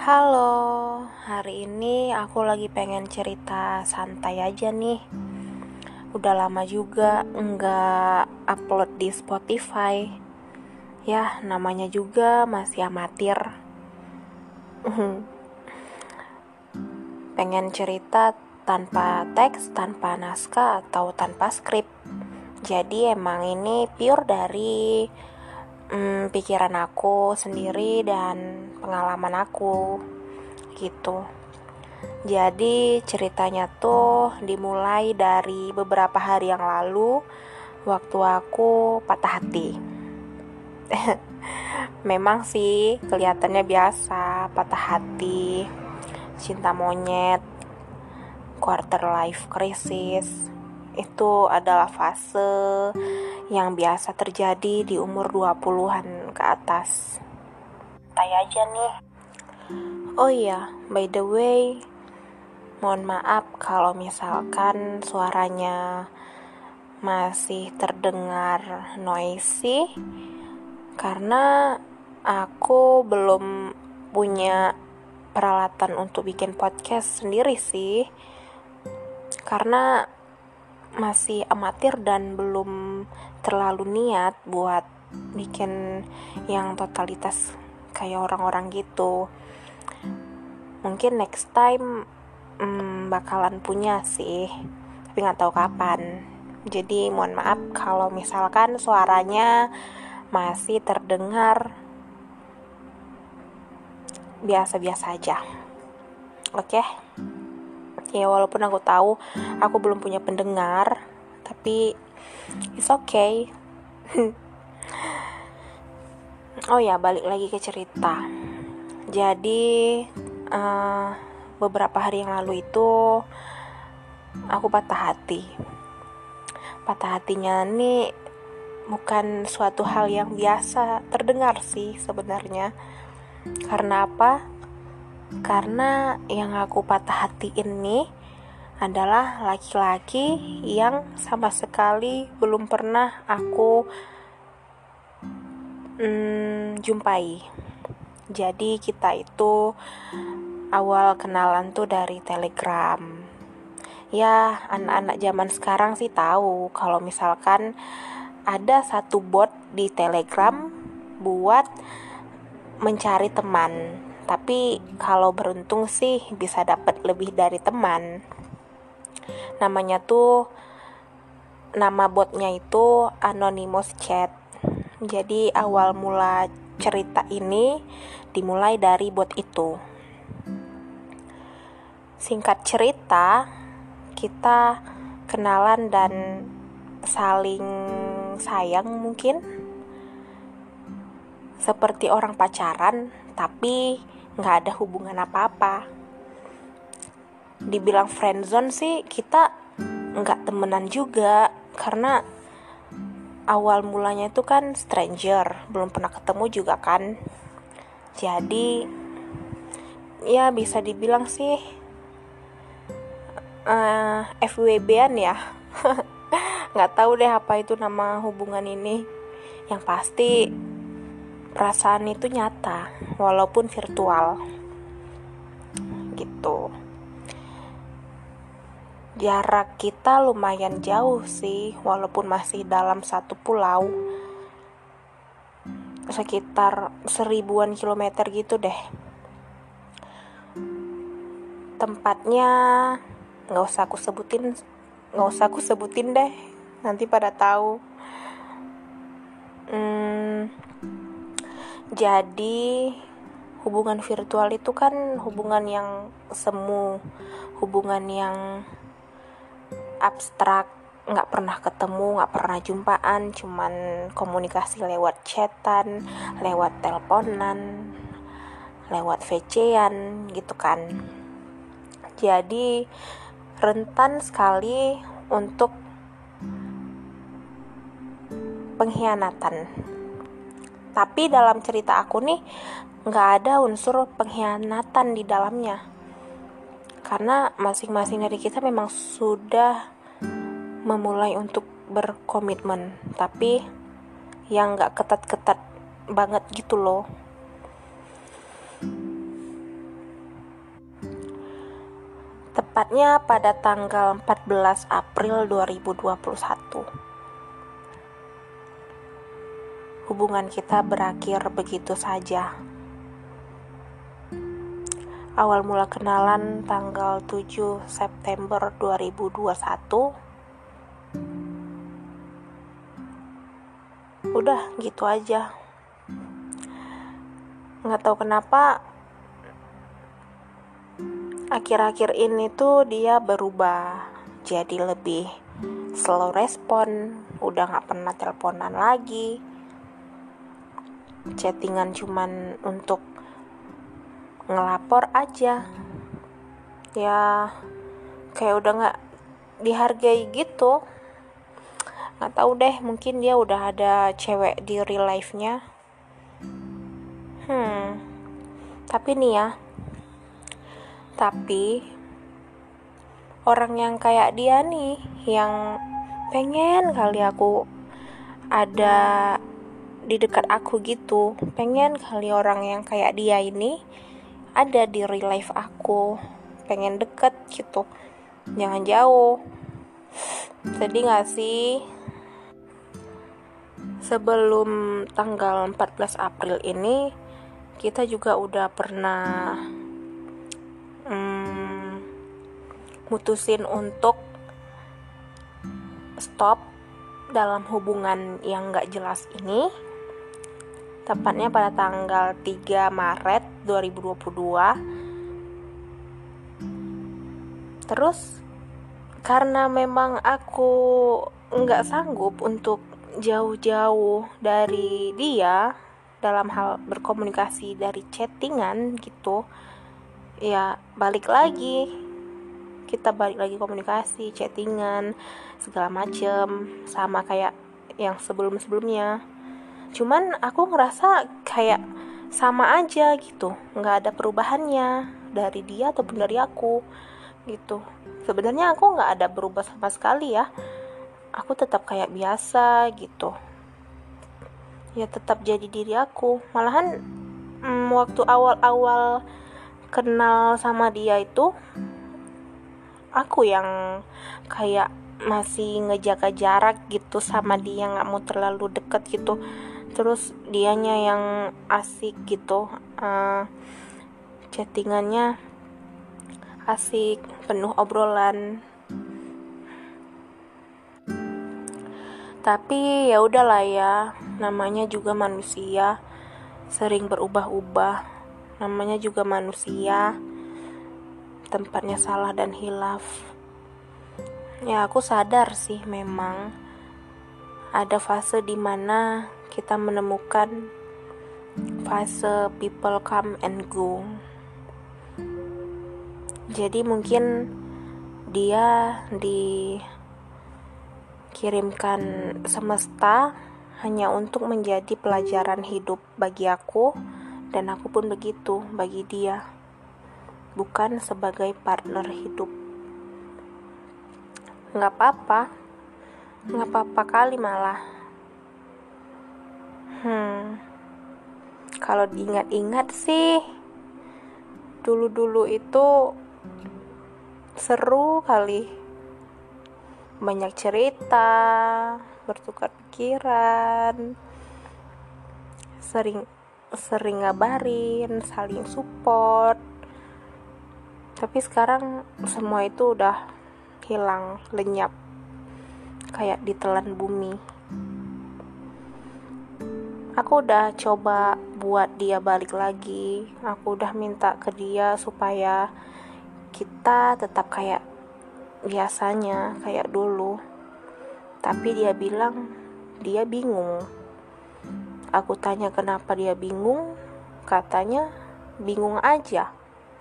Halo, hari ini aku lagi pengen cerita santai aja nih. Udah lama juga nggak upload di Spotify. Ya, namanya juga masih amatir. Pengen cerita tanpa teks, tanpa naskah, atau tanpa skrip. Jadi emang ini pure dari pikiran aku sendiri dan pengalaman aku gitu. Jadi ceritanya tuh dimulai dari beberapa hari yang lalu, waktu aku patah hati. Memang sih kelihatannya biasa, patah hati, cinta monyet, quarter life crisis. Itu adalah fase yang biasa terjadi di umur 20-an ke atas. Santai aja nih. Oh iya, by the way, mohon maaf kalau misalkan suaranya masih terdengar noisy, karena aku belum punya peralatan untuk bikin podcast sendiri sih, karena masih amatir dan belum terlalu niat buat bikin yang totalitas kayak orang-orang gitu. Mungkin next time bakalan punya sih, tapi nggak tahu kapan. Jadi mohon maaf kalau misalkan suaranya masih terdengar biasa-biasa aja. Oke? Ya walaupun aku tahu aku belum punya pendengar, tapi it's okay. Oh ya, balik lagi ke cerita. Jadi beberapa hari yang lalu itu aku patah hati. Patah hatinya nih bukan suatu hal yang biasa terdengar sih sebenarnya. Karena apa? Karena yang aku patah hati ini adalah laki-laki yang sama sekali belum pernah aku jumpai. Jadi kita itu awal kenalan tuh dari Telegram. Ya, anak-anak zaman sekarang sih tahu kalau misalkan ada satu bot di Telegram buat mencari teman. Tapi kalau beruntung sih bisa dapat lebih dari teman. Nama botnya itu Anonymous Chat. Jadi awal mula cerita ini dimulai dari bot itu. Singkat cerita, kita kenalan dan saling sayang mungkin, seperti orang pacaran, tapi gak ada hubungan apa-apa. Dibilang friendzone sih kita gak temenan juga, karena awal mulanya itu kan stranger, belum pernah ketemu juga kan. Jadi ya bisa dibilang sih FWB-an ya. Gak tahu deh apa itu nama hubungan ini. Yang pasti perasaan itu nyata walaupun virtual gitu. Jarak kita lumayan jauh sih, walaupun masih dalam satu pulau, sekitar 1000-an kilometer gitu deh. Tempatnya nggak usah aku sebutin deh, nanti pada tahu. Jadi hubungan virtual itu kan hubungan yang semu, hubungan yang abstrak, nggak pernah ketemu, nggak pernah jumpaan, cuman komunikasi lewat chatan, lewat teleponan, lewat VC-an gitu kan. Jadi rentan sekali untuk pengkhianatan. Tapi dalam cerita aku nih nggak ada unsur pengkhianatan di dalamnya, karena masing-masing dari kita memang sudah memulai untuk berkomitmen, tapi yang nggak ketat-ketat banget gitu loh. tepatnya pada tanggal 14 April 2021. Hubungan kita berakhir begitu saja. Awal mula kenalan tanggal 7 September 2021. Udah gitu aja. Nggak tahu kenapa akhir-akhir ini tuh dia berubah jadi lebih slow respon, udah nggak pernah teleponan lagi, chattingan cuman untuk ngelapor aja. Ya kayak udah nggak dihargai gitu. Nggak tahu deh, mungkin dia udah ada cewek di real life-nya. Tapi nih ya, orang yang kayak dia nih, yang pengen kali aku ada di dekat aku gitu, pengen kali orang yang kayak dia ini ada di real life aku, pengen deket gitu, jangan jauh. Sedih gak sih? Sebelum tanggal 14 April ini kita juga udah pernah mutusin untuk stop dalam hubungan yang gak jelas ini, tepatnya pada tanggal 3 Maret 2022. Terus karena memang aku gak sanggup untuk jauh-jauh dari dia dalam hal berkomunikasi dari chattingan gitu, ya kita balik lagi komunikasi, chattingan segala macem, sama kayak yang sebelum-sebelumnya. Cuman aku ngerasa kayak sama aja gitu, nggak ada perubahannya dari dia ataupun dari aku gitu. Sebenarnya aku nggak ada berubah sama sekali ya, aku tetap kayak biasa gitu ya, tetap jadi diri aku. Malahan waktu awal-awal kenal sama dia itu aku yang kayak masih ngejaga jarak gitu sama dia, nggak mau terlalu deket gitu. Terus dianya yang asik gitu, chattingannya asik, penuh obrolan. Tapi ya udahlah ya, namanya juga manusia, sering berubah-ubah. Namanya juga manusia, tempatnya salah dan hilaf. Ya aku sadar sih memang ada fase dimana kita menemukan fase people come and go. Jadi mungkin dia dikirimkan semesta hanya untuk menjadi pelajaran hidup bagi aku, dan aku pun begitu bagi dia, bukan sebagai partner hidup. Nggak apa-apa kali malah. Kalau diingat-ingat sih, dulu itu seru kali, banyak cerita, bertukar pikiran, sering ngabarin, saling support. Tapi sekarang semua itu udah hilang, lenyap, kayak ditelan bumi. Aku udah coba buat dia balik lagi. Aku udah minta ke dia supaya kita tetap kayak biasanya, kayak dulu. Tapi dia bilang dia bingung. Aku tanya kenapa dia bingung, katanya bingung aja.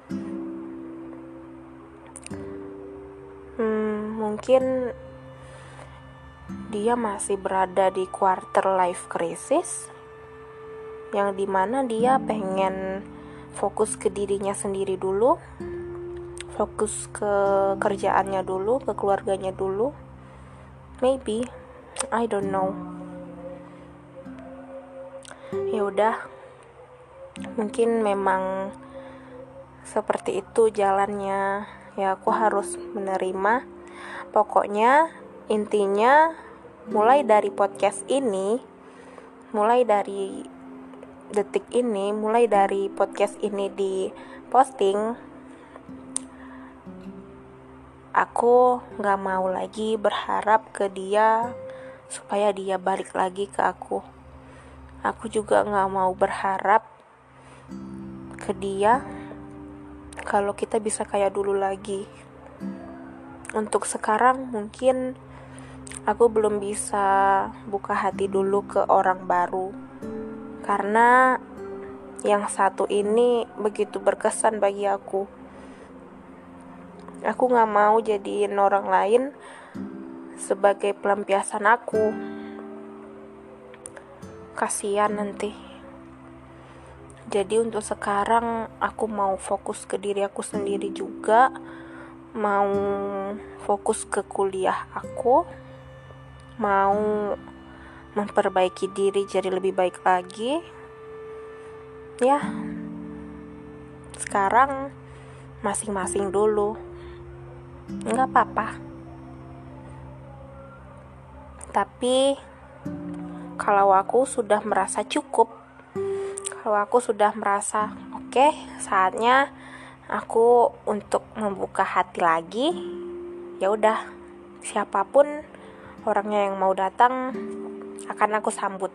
Mungkin dia masih berada di quarter life crisis, yang dimana dia pengen fokus ke dirinya sendiri dulu, fokus ke kerjaannya dulu, ke keluarganya dulu. Maybe, I don't know. Ya udah, mungkin memang seperti itu jalannya. ya aku harus menerima. Pokoknya intinya mulai dari podcast ini, mulai dari detik ini, mulai dari podcast ini di posting, aku gak mau lagi berharap ke dia supaya dia balik lagi ke aku. Aku juga gak mau berharap ke dia kalau kita bisa kayak dulu lagi. Untuk sekarang mungkin aku belum bisa buka hati dulu ke orang baru, karena yang satu ini begitu berkesan bagi aku. Aku gak mau jadiin orang lain sebagai pelampiasan aku. Kasian nanti. Jadi untuk sekarang aku mau fokus ke diri aku sendiri juga, mau fokus ke kuliah aku, mau memperbaiki diri jadi lebih baik lagi. Ya, sekarang masing-masing dulu, nggak apa-apa. Tapi kalau aku sudah merasa cukup, kalau aku sudah merasa oke, saatnya aku untuk membuka hati lagi, ya udah, siapapun orangnya yang mau datang akan aku sambut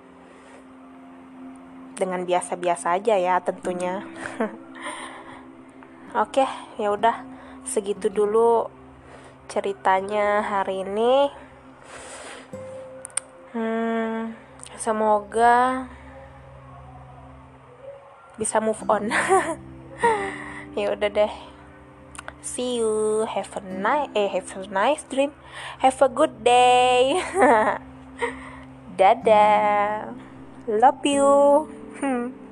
dengan biasa-biasa aja ya tentunya. Oke, ya udah, segitu dulu ceritanya hari ini. Semoga bisa move on. Ya udah deh. See you. Have a nice dream. Have a good day. Dadah. Love you.